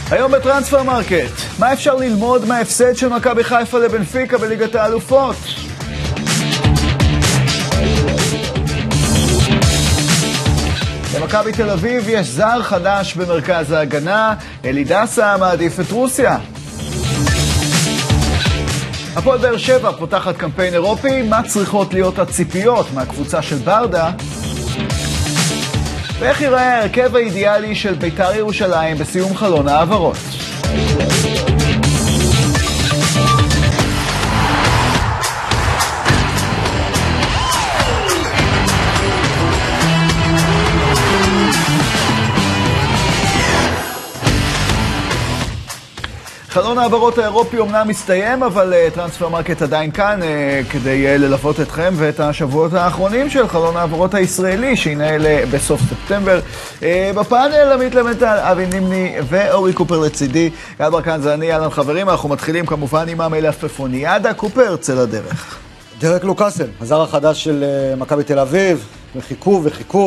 היום בטרנספר מרקט, מה אפשר ללמוד מההפסד של מכבי חיפה לבנפיקה בליגת האלופות? למכבי תל אביב יש זר חדש במרכז ההגנה, אלי דסה מעדיף את רוסיה. הפועל באר שבע פותחת קמפיין אירופי, מה צריכות להיות הציפיות מהקבוצה של ברדה? ואיך ייראה הרכב האידיאלי של בית"ר ירושלים בסיום חלון העברות? חלון העברות האירופי אומנם מסתיים, אבל טרנספר מרקט עדיין כאן כדי ללוות אתכם ואת השבועות האחרונים של חלון העברות הישראלי שינהל בסוף ספטמבר. בפאנל עמית למנטל, אבי נימני ואורי קופר לצידי. גל ברקן זה אני, אהלן חברים. אנחנו מתחילים כמובן עם המלפפוניאדה. קופר, צא לדרך. דרק לוקאסן, הזר החדש של מכבי תל אביב. וחיכו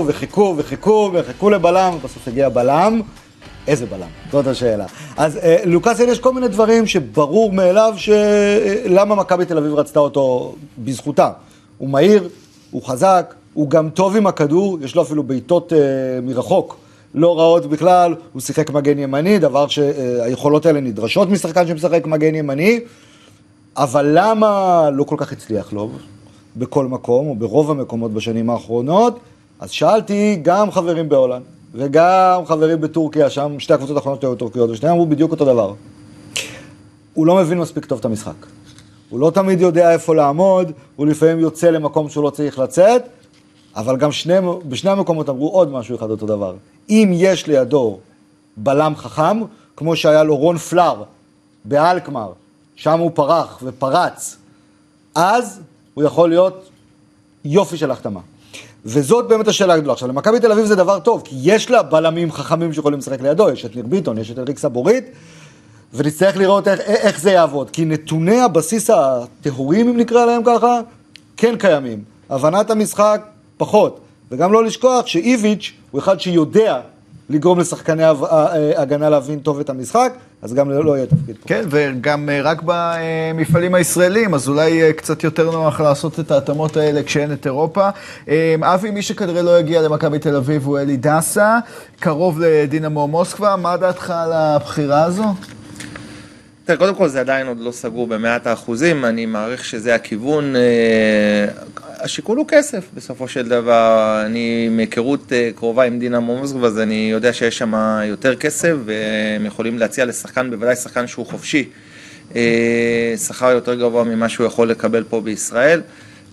לבלם, בסוף הגיע בלם. איזה בלם? זאת השאלה. אז לוקאסן יש כל מיני דברים שברור מאליו למה מכבי תל אביב רצתה אותו בזכותה. הוא מהיר, הוא חזק, הוא גם טוב עם הכדור, יש לו אפילו בעיטות מרחוק, לא רעות בכלל, הוא שיחק מגן ימני, דבר שהיכולות האלה נדרשות משחקן שמשחק מגן ימני, אבל למה לא כל כך הצליח לו בכל מקום, או ברוב המקומות בשנים האחרונות? אז שאלתי גם חברים בהולנד, וגם חברים בטורקיה, שם שתי הקבוצות האחרונות היו טורקיות, ושניהם אמרו בדיוק אותו דבר. הוא לא מבין מספיק טוב את המשחק. הוא לא תמיד יודע איפה לעמוד, הוא לפעמים יוצא למקום שהוא לא צריך לצאת, אבל גם בשני המקומות אמרו עוד משהו אחד אותו דבר. אם יש לידו בלם חכם, כמו שהיה לו רון פלר באלקמר, שם הוא פרח ופרץ, אז הוא יכול להיות יופי של החתמה. וזאת באמת השאלה הגדולה. עכשיו, למכבי תל אביב זה דבר טוב, כי יש לה בלמים חכמים שיכולים לשחק לידו, יש את ניר ביטון, יש את אריק סבורית, ונצטרך לראות איך זה יעבוד, כי נתוני הבסיס הטהוריים, אם נקרא להם ככה, כן קיימים. הבנת המשחק פחות, וגם לא לשכוח שאיביץ' הוא אחד שיודע לגרום לשחקני הגנה להבין טוב את המשחק, אז גם לא יהיה תפקיד פה. כן, וגם רק במפעלים הישראלים, אז אולי קצת יותר נוח לעשות את ההתאמות האלה כשאין את אירופה. אבי, מי שכנראה לא יגיע למכבי תל אביב הוא אלי דסה, קרוב לדינמו מוסקבה. מה דעתך על הבחירה הזו? תראה, קודם כל זה עדיין עוד לא סגור ב100%, אני מעריך שזה הכיוון. השיקול הוא כסף, בסופו של דבר. אני מהיכרות קרובה עם דינמו מוסקבה, אז אני יודע שיש שם יותר כסף, והם יכולים להציע לשחקן, בוודאי שחקן שהוא חופשי, שכר יותר גבוה ממה שהוא יכול לקבל פה בישראל.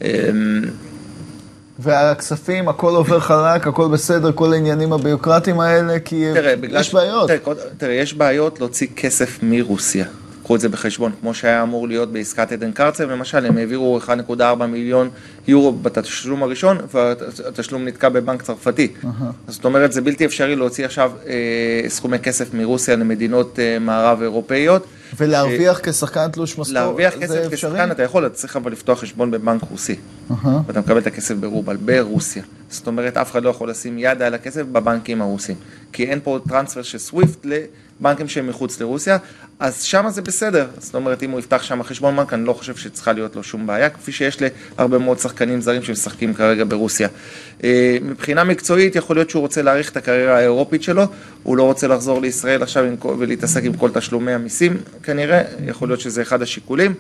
והכספים, הכל עובר חלק, הכל בסדר, כל העניינים הביוקרטיים האלה, כי יש בעיות. תראה, יש בעיות להוציא כסף מרוסיה. קחו את זה בחשבון, כמו שהיה אמור להיות בעסקת עדן קרצב, למשל, הם העבירו 1.4 מיליון יורו בתשלום הראשון, והתשלום נתקע בבנק צרפתי. אז זאת אומרת, זה בלתי אפשרי להוציא עכשיו סכומי כסף מרוסיה למדינות מערב אירופאיות. ולהרוויח כשחקן תלוש משכורת, להרוויח כסף כשחקן, אתה יכול, אתה צריך אבל לפתוח חשבון בבנק רוסי. ואתה מקבל את הכסף ברובל, ברוסיה. זאת אומרת, אף אחד לא יכול לשים יד על הכסף בבנקים הרוסים. כי אין פה טרנספר של סוויפט לבנקים שהם מחוץ לרוסיה, אז שם זה בסדר. זאת אומרת, אם הוא יפתח שם חשבון בנק, אני לא חושב שצריכה להיות לו שום בעיה, כפי שיש להרבה מאוד שחקנים זרים שמשחקים כרגע ברוסיה. מבחינה מקצועית, יכול להיות שהוא רוצה להאריך את הקריירה האירופית שלו, הוא לא רוצה לחזור לישראל עכשיו ולהתעסק עם כל תשלומי המיסים, כנראה, יכול להיות שזה אחד השיקולים,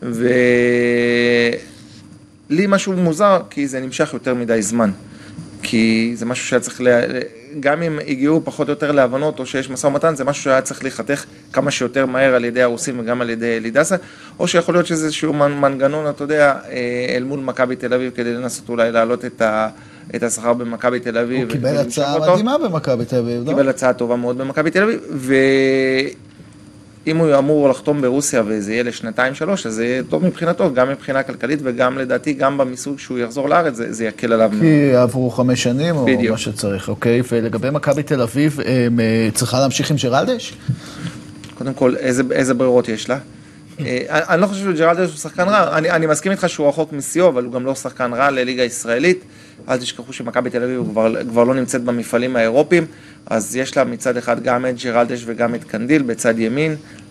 לי משהו מוזר, כי זה נמשך יותר מדי זמן. כי זה משהו שהיה צריך, גם אם הגיעו פחות או יותר להבנות, או שיש משא ומתן, זה משהו שהיה צריך להיחתך כמה שיותר מהר על ידי הרוסים וגם על ידי אלי דסה, או שיכול להיות שזה איזשהו מנגנון, אתה יודע, אל מול מכבי תל אביב, כדי לנסות אולי להעלות את השכר במכבי תל אביב. הוא קיבל הצעה מדהימה במכבי תל אביב, לא? קיבל הצעה טובה מאוד במכבי תל אביב, אם הוא אמור לחתום ברוסיה וזה יהיה לשנתיים-שלוש, אז זה יהיה טוב מבחינתו, גם מבחינה כלכלית וגם לדעתי, גם במיסוי שהוא יחזור לארץ, זה יקל עליו. כי עברו 5 שנים או מה שצריך, אוקיי? ולגבי מכבי תל אביב, צריכה להמשיך עם ג'רלדש? קודם כל, איזה ברירות יש לה? אני לא חושב שג'רלדש הוא שחקן רע, אני מסכים איתך שהוא רחוק משיאו, אבל הוא גם לא שחקן רע לליגה הישראלית, אל תשכחו שמכבי תל אביב כבר לא נמצאת במפעלים האירופיים, אז יש לה מצד אחד גם את ג'רלדש וגם את קנדיל בצד ימין,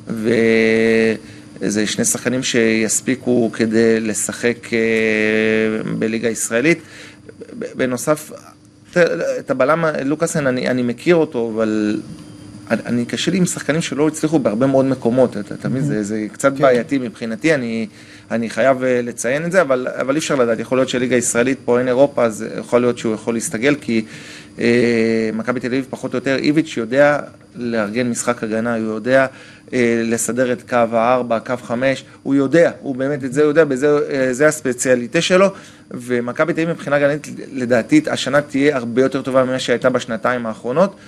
וזה שני שחקנים שיספיקו כדי לשחק בליגה הישראלית. בנוסף, את הבלם לוקאסן אני מכיר אותו, אבל אני קשה לי עם שחקנים שלא הצליחו בהרבה מאוד מקומות, תמיד זה קצת בעייתי מבחינתי, אני חייב לציין את זה, אבל אי אפשר לדעת, יכול להיות שליגה הישראלית פה אין אירופה, אז יכול להיות שהוא יכול להסתגל, כי מכבי תל אביב פחות או יותר, איביץ' יודע לארגן משחק הגנה, הוא יודע לסדר את קו 4, קו 5, הוא יודע, הוא באמת את זה יודע, זה הספציאליטה שלו, ומכבי תל אביב מבחינה הגנית לדעתי השנה תהיה הרבה יותר טובה ממה שהייתה בשנתיים האחרונות,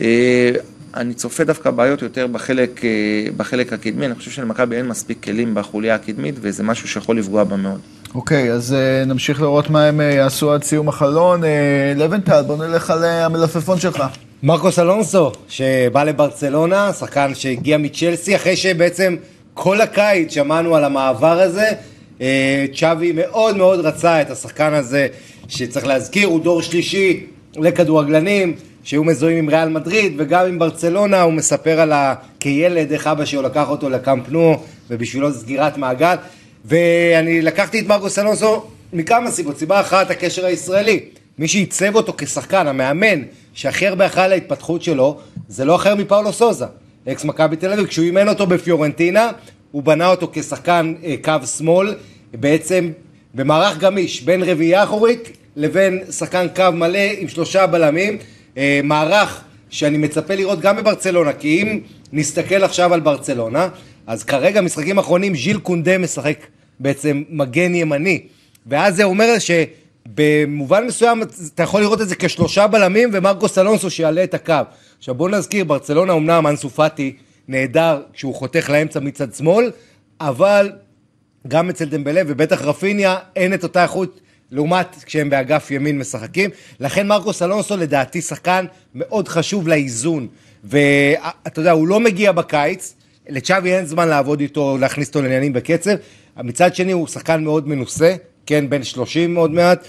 אני צופה דווקא בעיות יותר בחלק הקדמי, אני חושב שלמכבי אין מספיק כלים בחוליה הקדמית, וזה משהו שיכול לפגוע בה מאוד. אוקיי, אז נמשיך לראות מה הם יעשו עד סיום החלון. לבנטל, בוא נלך על המלפפון שלך. מרקוס אלונסו, שבא לברצלונה, שחקן שהגיע מצ'לסי, אחרי שבעצם כל הקיץ שמענו על המעבר הזה, צ'אבי מאוד מאוד רצה את השחקן הזה, שצריך להזכיר, הוא דור שלישי לכדורגלנים, שהוא מזוהים עם ריאל מדריד, וגם עם ברצלונה, הוא מספר על כילד, איך אבא שהוא לקח אותו לקאמפ נו, ובשבילו סגירת מעגל, ואני לקחתי את מרקוס אלונסו מכמה סיבות, סיבה אחת, הקשר הישראלי, מי שעיצב אותו כשחקן, המאמן, שהכי הרבה אחראי להתפתחות שלו, זה לא אחר מפאולו סוזה, אקס מכבי תל אביב, כשהוא אימן אותו בפיורנטינה, הוא בנה אותו כשחקן קו שמאל, בעצם במערך גמיש, בין רביעייה אחורית, לבין שחקן קו מלא עם 3 בלמים, מערך שאני מצפה לראות גם בברצלונה, כי אם נסתכל עכשיו על ברצלונה, אז כרגע משחקים האחרונים ז'יל קונדה משחק בעצם מגן ימני, ואז זה אומר שבמובן מסוים אתה יכול לראות את זה כ3 בלמים ומרקוס אלונסו שיעלה את הקו. עכשיו בוא נזכיר, ברצלונה אמנם אנסו פאטי נהדר כשהוא חותך לאמצע מצד שמאל, אבל גם אצל דמבלה ובטח רפיניה אין את אותה איכות לעומת כשהם באגף ימין משחקים, לכן מרקוס אלונסו לדעתי שחקן מאוד חשוב לאיזון, ואתה יודע, הוא לא מגיע בקיץ, לצ'אבי אין זמן לעבוד איתו, להכניס אותו לעניינים בקצב, מצד שני הוא שחקן מאוד מנוסה, כן, בין 30 עוד מעט,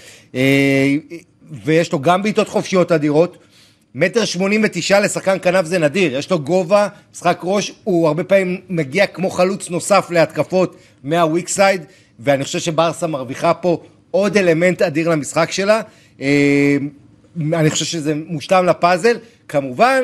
ויש לו גם בעיטות חופשיות אדירות, 1.89 מטר לשחקן כנף זה נדיר, יש לו גובה, משחק ראש, הוא הרבה פעמים מגיע כמו חלוץ נוסף להתקפות מהוויק סייד, ואני חושב שברסה מרוויחה פה עוד אלמנט אדיר למשחק שלה, אני חושב שזה מושלם לפאזל, כמובן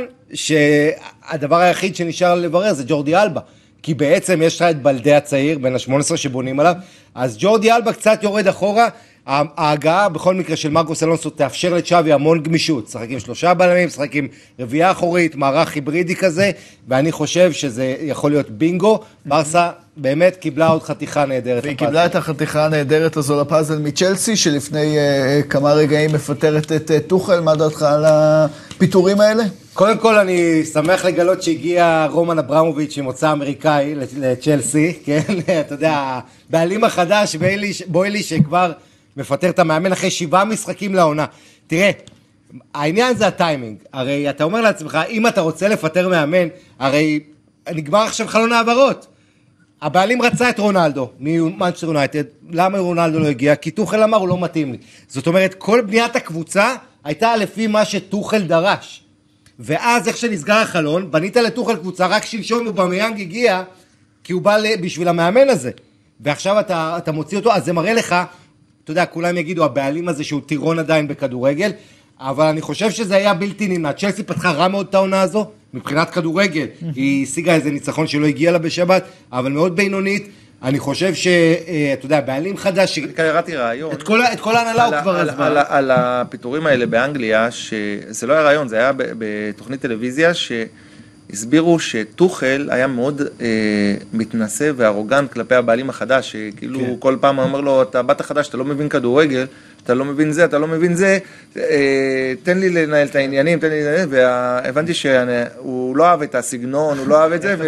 שהדבר היחיד שנשאר לברר זה ג'ורדי אלבה, כי בעצם יש לך את בלדי הצעיר בין ה-18 שבונים עליו, אז ג'ורדי אלבה קצת יורד אחורה, ההגעה בכל מקרה של מרקוס אלונסו תאפשר לצ'אבי המון גמישות, שחק עם 3 בלמים, שחק עם רביעייה אחורית, מערך היברידי כזה, ואני חושב שזה יכול להיות בינגו, ברסה באמת קיבלה עוד חתיכה נהדרת. והיא קיבלה את החתיכה הנהדרת הזו לפאזל מצ'לסי, שלפני כמה רגעים מפטרת את טוחל, מה דעתך על הפיטורים האלה? קודם כל אני שמח לגלות שהגיע רומן אברמוביץ' עם מוצא אמריקאי לצ'לסי, כן, אתה יודע, בעלים החדש בוילי שכבר מפטר את המאמן אחרי 7 משחקים לעונה. תראה, העניין זה הטיימינג, הרי אתה אומר לעצמך, אם אתה רוצה לפטר מאמן, הרי נגמר עכשיו חלון העברות, הבעלים רצה את רונלדו ממנצ'סטר יונייטד, למה רונלדו לא הגיע? כי טוחל אמר הוא לא מתאים לי, זאת אומרת כל בניית הקבוצה הייתה לפי מה שטוחל דרש, ואז איך שנסגר החלון, בנית לטוחל קבוצה, רק שלשום אובמיאנג הגיע, כי הוא בא בשביל המאמן הזה, ועכשיו אתה מוציא אותו, אז זה מראה לך, אתה יודע, כולם יגידו, הבעלים הזה שהוא טירון עדיין בכדורגל, אבל אני חושב שזה היה בלתי נמנע. צ'לסי פתחה רע מאוד את העונה הזו, מבחינת כדורגל. היא השיגה איזה ניצחון שלא הגיע לה בשבת, אבל מאוד בינונית. אני חושב אתה יודע, בעלים חדש... קראתי רעיון. את כל ההנהלה הוא כבר הזמן. על הפיטורים האלה באנגליה, שזה לא היה רעיון, זה היה בתוכנית טלוויזיה, הסבירו שטוחל היה מאוד מתנשא וארוגנט כלפי הבעלים החדש, שכאילו כל פעם אומר לו, אתה בת החדש, אתה לא מבין כדורגל, אתה לא מבין זה, אתה לא מבין זה, תן לי לנהל את העניינים, תן לי לנהל, והבנתי שהוא לא אהב את הסגנון, הוא לא אהב את זה,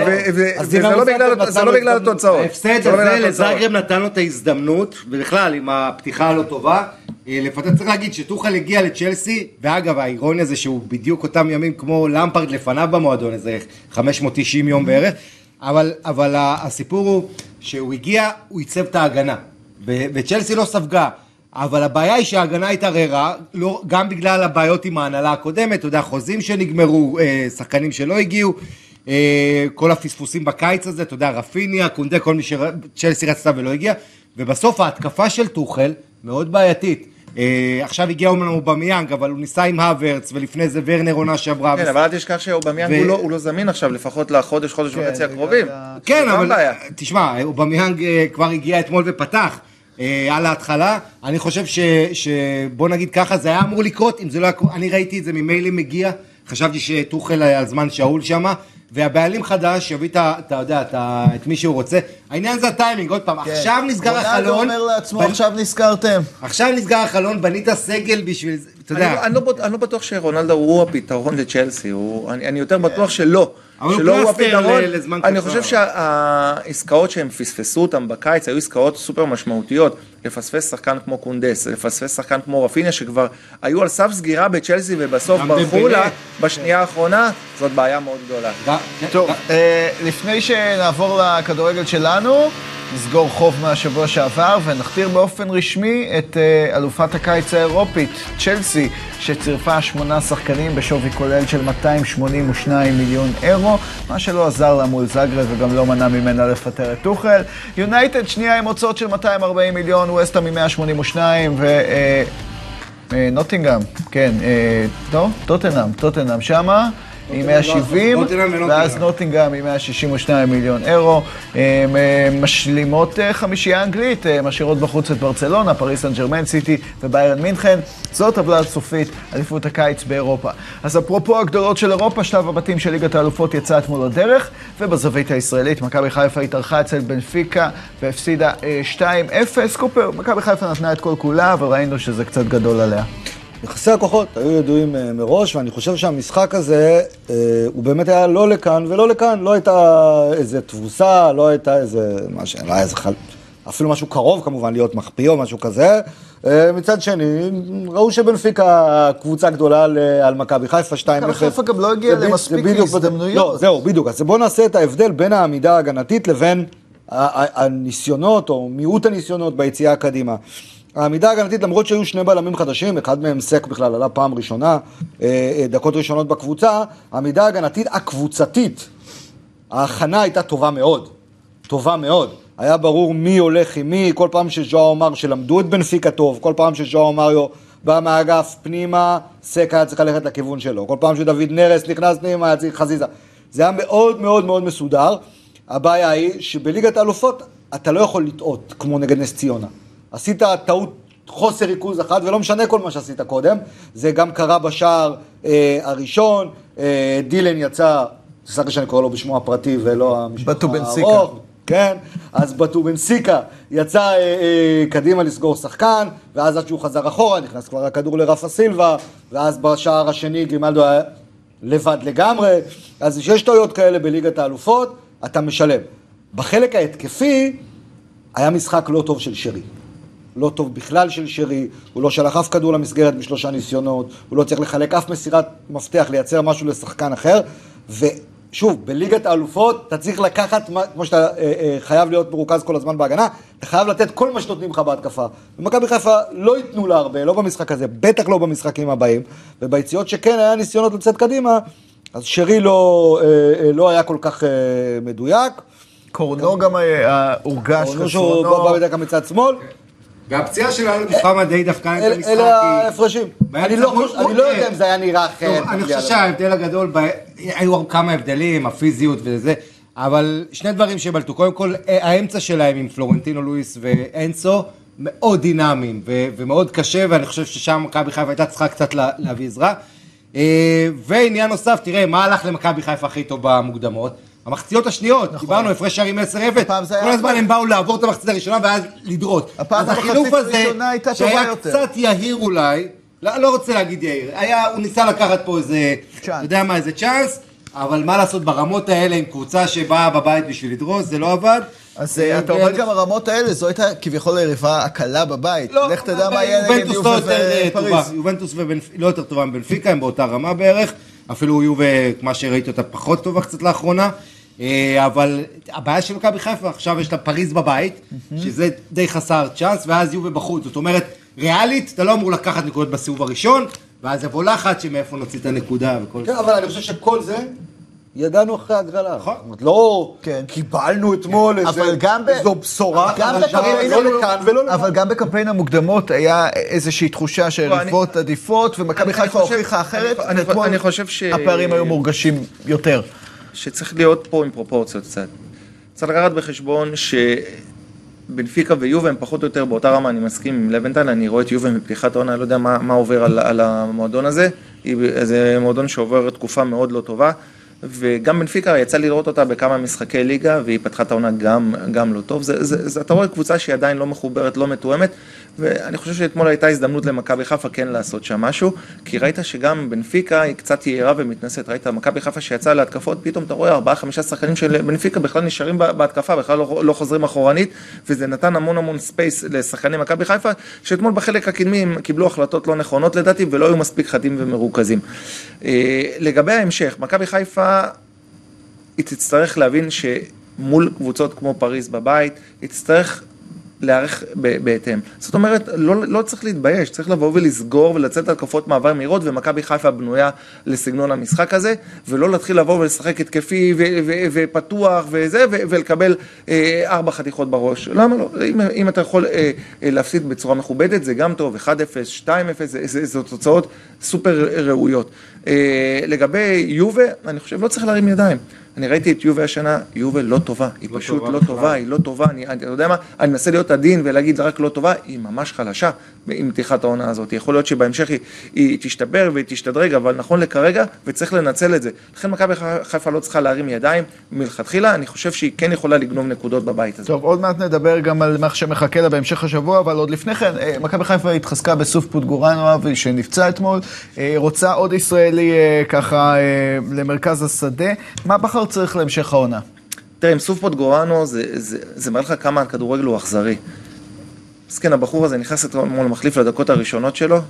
וזה לא בגלל התוצאות. ההפסד הזה לזאגרב נתן לו את ההזדמנות, ובכלל עם הפתיחה הלא טובה, לפתח צריך להגיד שטוחל הגיע לצ'לסי, ואגב האירוניה זה שהוא בדיוק אותם ימים כמו למפרד לפניו במועדון, איזה 590 יום בערך, אבל הסיפור הוא שהוא הגיע, הוא ייצב את ההגנה, וצ'לסי לא ספגה, אבל הבעיה היא שההגנה התערערה, גם בגלל הבעיות עם ההנהלה הקודמת, אתה יודע, חוזים שנגמרו, שחקנים שלא הגיעו, כל הפספוסים בקיץ הזה, אתה יודע, רפיניה, קונדה, כל מי שצ'לסי רצתה ולא הגיע, ובסוף ההתקפה של טוחל מאוד בעייתית. עכשיו הגיע אומנם אובמיאנג, אבל הוא ניסה עם הוורץ, ולפני זה ורנר עונה שעברה. כן, אבל אל תשכח שאובמיאנג הוא לא זמין עכשיו, לפחות לחודש, חודש וחצי הקרובים. כן, אבל תשמע, אובמיאנג כבר הגיע אתמול ופתח על ההתחלה. אני חושב שבוא נגיד ככה, זה היה אמור לקרות, אם זה לא היה, אני ראיתי את זה ממילא מגיע, חשבתי שטוחל על זמן שאול שמה, והבעלים חדש יביא אתה יודע, את מי שהוא רוצה. העניין זה הטיימינג, עוד פעם, עכשיו נסגר החלון. רונלדו אומר לעצמו, עכשיו נזכרתם. עכשיו נסגר החלון, בנית סגל בשביל זה, אתה יודע. אני לא בטוח שרונלדו הוא הפתרון לצ'לסי, אני יותר בטוח שלא. שלא הוא הפתרון. אני חושב שהעסקאות שהם פספסו אותם בקיץ, היו עסקאות סופר משמעותיות. לפספס שחקן כמו קונדס, לפספס שחקן כמו רפיניה, שכבר היו על סף סגירה בצ'לסי, ובסוף ברחו לה בשנייה האחרונה, זאת בעיה מאוד גדולה. טוב, לפני שנעבור לכדורגל שלנו, נסגור חוב מהשבוע שעבר, ונחתיר באופן רשמי את אלופת הקיץ האירופית, צ'לסי, שצירפה 8 שחקנים בשווי כולל של 282 מיליון אירו, מה שלא עזר לה מול זאגרב וגם לא מנע ממנה לפטר את טוחל. יונייטד שנייה עם הוצאות של 240 מיליון, ווסטהאם עם 182 ונוטינגהאם, כן, לא, טוטנהאם שמה. עם 170, ואז נוטינגהאם עם 162 מיליון אירו, משלימות חמישייה אנגלית, משאירות בחוץ את ברצלונה, פריס סן ז'רמן, סיטי וביירן מינכן. זאת טבלה סופית, אליפות הקיץ באירופה. אז אפרופו הגדולות של אירופה, שלב הבתים של ליגת האלופות יצא אתמול לדרך, ובזווית הישראלית, מכבי חיפה התארחה אצל בנפיקה והפסידה 2-0. קופר, מכבי חיפה נתנה את כל כולה, אבל ראינו שזה קצת גדול עליה. יחסי הכוחות היו ידועים מראש, ואני חושב שהמשחק הזה, הוא באמת היה לא לכאן ולא לכאן, לא הייתה איזה תבוסה, לא הייתה איזה, לא היה איזה אפילו משהו קרוב כמובן, להיות מחפיא או משהו כזה. מצד שני, ראו שבנפיקה קבוצה גדולה על מכבי חיפה 2-0. מכבי חיפה גם לא הגיע למספיק הזדמנויות. לא, זהו, בדיוק. אז בואו נעשה את ההבדל בין העמידה ההגנתית לבין הניסיונות או מיעוט הניסיונות ביציאה הקדימה. העמידה ההגנתית, למרות שהיו 2 בלמים חדשים, אחד מהם סק בכלל, עלה פעם ראשונה, דקות ראשונות בקבוצה, העמידה ההגנתית הקבוצתית, ההכנה הייתה טובה מאוד, טובה מאוד. היה ברור מי הולך עם מי, כל פעם שז'ואו אמר שלמדו את בנפיקה טוב, כל פעם שז'ואו מריו בא מהאגף פנימה, סק היה צריך ללכת לכיוון שלו, כל פעם שדוד נרס נכנס פנימה, היה צריך חזיזה. זה היה מאוד מאוד מאוד מסודר. הבעיה היא שבליגת האלופות אתה לא יכול לטעות כמו נגד נס ציונה. עשית טעות חוסר ריכוז אחד, ולא משנה כל מה שעשית קודם, זה גם קרה בשער הראשון, דילן יצא, סליחה שאני קורא לו בשמו הפרטי ולא המשפחה הארוך, כן, אז בטובנסיקה יצא קדימה לסגור שחקן, ואז עד שהוא חזר אחורה, נכנס כבר הכדור לרפה סילבה, ואז בשער השני גרימלדו היה לבד לגמרי, אז יש טעויות כאלה בליגת האלופות, אתה משלם. בחלק ההתקפי, היה משחק לא טוב של שרי. לא טוב בכלל של שרי, הוא לא שלח אף כדור למסגרת ב3 ניסיונות, הוא לא צריך לחלק אף מסירת מפתח, לייצר משהו לשחקן אחר, ושוב, בליגת האלופות, אתה צריך לקחת, כמו שאתה חייב להיות מרוכז כל הזמן בהגנה, אתה חייב לתת כל מה שנותנים לך בהתקפה. ומכבי חיפה לא ייתנו לה הרבה, לא במשחק הזה, בטח לא במשחקים הבאים, וביציאות שכן היה ניסיונות לצאת קדימה, אז שרי לא היה כל כך מדויק. קורנו גם הורגש חסרונו. שהוא בא בדרך מצד שמאל. והפציעה שלנו מוחמד די דווקא את המשחק. אלה ההפרשים. אני לא יודע אם זה היה נראה אחרת. אני חושב שההבדל הגדול, היו כמה הבדלים, הפיזיות וזה, אבל 2 דברים שבלטו. קודם כל, האמצע שלהם עם פלורנטינו לואיס ואנסו, מאוד דינמיים ומאוד קשה, ואני חושב ששם מכבי חיפה הייתה צריכה קצת להביא עזרה. ועניין נוסף, תראה, מה הלך למכבי חיפה הכי טוב במוקדמות? המחציות השניות, דיברנו, הפרש שערים 10-0, כל הזמן הם באו לעבור את המחצית הראשונה ואז לדרות. אז החילוף הזה, שהיה קצת יהיר אולי, לא רוצה להגיד יהיר, הוא ניסה לקחת פה איזה, אתה יודע מה, איזה צ'אנס, אבל מה לעשות ברמות האלה עם קבוצה שבאה בבית בשביל לדרוס, זה לא עבד. אז אתה אומר גם הרמות האלה, זו הייתה כביכול היריבה הקלה בבית. לך תדע מה יהיה נגד יובה ופריז. יובנטוס לא יותר טובה מבנפיקה, הם באותה רמה בערך, אפילו יובה, כמו שראיתי אותה, פחות טובה קצת לאחרונה. אבל הבעיה של מכבי חיפה, עכשיו יש לה פריז בבית, שזה די חסר צ'אנס, ואז יובה בחוץ. זאת אומרת, ריאלית, אתה לא אמור לקחת נקודות בסיבוב הראשון, ואז יבוא לחץ שמאיפה נוציא את הנקודה וכל כן, אבל אני חושב שכל זה ידענו אחרי הגרלה. נכון. זאת אומרת, לא כן. קיבלנו אתמול איזו בשורה, לא לכאן ולא לכאן. אבל גם בקמפיין המוקדמות היה איזושהי תשושה של ריבות עדיפות, ומכבי חיפה הוכיחה אחרת, אני חושב הפערים היו מורגשים יותר. שצריך להיות פה עם פרופורציות קצת. צריך לקחת בחשבון שבנפיקה ויובה הם פחות או יותר באותה רמה, אני מסכים עם לבנטל, אני רואה את יובה מפתיחת העונה, אני לא יודע מה עובר על המועדון הזה, זה מועדון שעובר תקופה מאוד לא טובה, וגם בנפיקה יצא לראות אותה בכמה משחקי ליגה, והיא פתחה את העונה גם לא טוב. אתה רואה קבוצה שהיא עדיין לא מחוברת, לא מתואמת, ואני חושב שאתמול הייתה הזדמנות למכבי חיפה כן לעשות שם משהו, כי ראית שגם בנפיקה היא קצת יעירה ומתנשאת, ראית מכבי חיפה שיצאה להתקפות, פתאום אתה רואה 4-5 שחקנים של בנפיקה בכלל נשארים בהתקפה, בכלל לא חוזרים אחורנית, וזה נתן המון ספייס לשחקני מכבי חיפה, שאתמול בחלק הקדמי הם קיבלו החלטות לא נכונות לדעתי, ולא היו מספיק חדים ומרוכזים. לגבי ההמשך, מכבי חיפה היא תצטרך להבין שמול קבוצות כמו פריז בבית, היא תצטרך להערך בהתאם. זאת אומרת, לא צריך להתבייש, צריך לבוא ולסגור ולצאת התקפות מעבר מהירות, ומכבי חיפה בנויה לסגנון המשחק הזה, ולא להתחיל לבוא ולשחק התקפי ופתוח וזה, ולקבל 4 חתיכות בראש. למה לא? אם אתה יכול להפסיד בצורה מכובדת, זה גם טוב, 1-0, 2-0, זה תוצאות סופר ראויות. לגבי יובה, אני חושב, לא צריך להרים ידיים. אני ראיתי את יובה השנה, יובה לא טובה, היא פשוט לא טובה, היא לא טובה, אני יודע מה, אני מנסה להיות עדין ולהגיד רק לא טובה, היא ממש חלשה עם פתיחת העונה הזאת, יכול להיות שבהמשך היא תשתפר והיא תשתדרג, אבל נכון לכרגע, וצריך לנצל את זה. לכן מכבי חיפה לא צריכה להרים ידיים מלכתחילה, אני חושב שהיא כן יכולה לגנוב נקודות בבית הזה. טוב, עוד מעט נדבר גם על מה שמחכה לה בהמשך השבוע, אבל עוד לפני כן, מכבי חיפה התחזקה בסוף פוטגורנוב, שנפצע אתמול, רוצה עוד ישראלי ככה למרכז השדה. מה בחר צריך להמשך העונה? תראה, עם סוף פוטגורנו, זה מראה לך כמה הכדורגל הוא אכזרי. אז כן, הבחור הזה נכנס אתמול למחליף לדקות הראשונות שלו,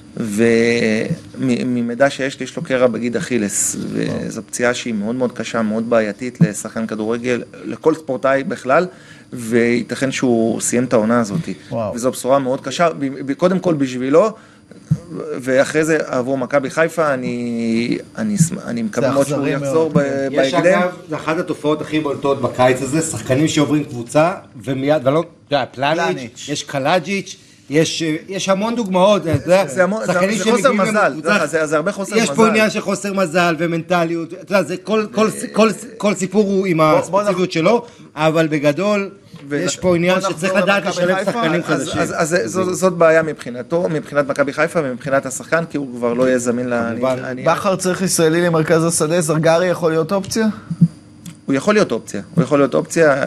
וממידע יש לו קרע בגיד אכילס, וזו פציעה שהיא מאוד מאוד קשה, מאוד בעייתית לשחקן כדורגל, לכל ספורטאי בכלל, וייתכן שהוא סיים את העונה הזאת. וזו בשורה מאוד קשה, קודם כל בשבילו, ואחרי זה עבור מכבי חיפה, אני מקווה מאוד שהוא יחזור בהקדם. יש אגב, זה אחת התופעות הכי בולטות בקיץ הזה, שחקנים שעוברים קבוצה, ומיד, ולא, פלניץ', יש קלאג'יץ', יש המון דוגמאות, זה חוסר מזל, זה הרבה חוסר מזל. יש פה עניין של חוסר מזל ומנטליות, אתה יודע, כל סיפור הוא עם הספציפיות שלו, אבל בגדול, יש פה עניין שצריך לדעת לשלב שחקנים חדשים. אז זאת בעיה מבחינתו, מבחינת מכבי חיפה ומבחינת השחקן, כי הוא כבר לא יהיה זמין בכר צריך ישראלי למרכז השדה, זרגרי יכול להיות אופציה? הוא יכול להיות אופציה,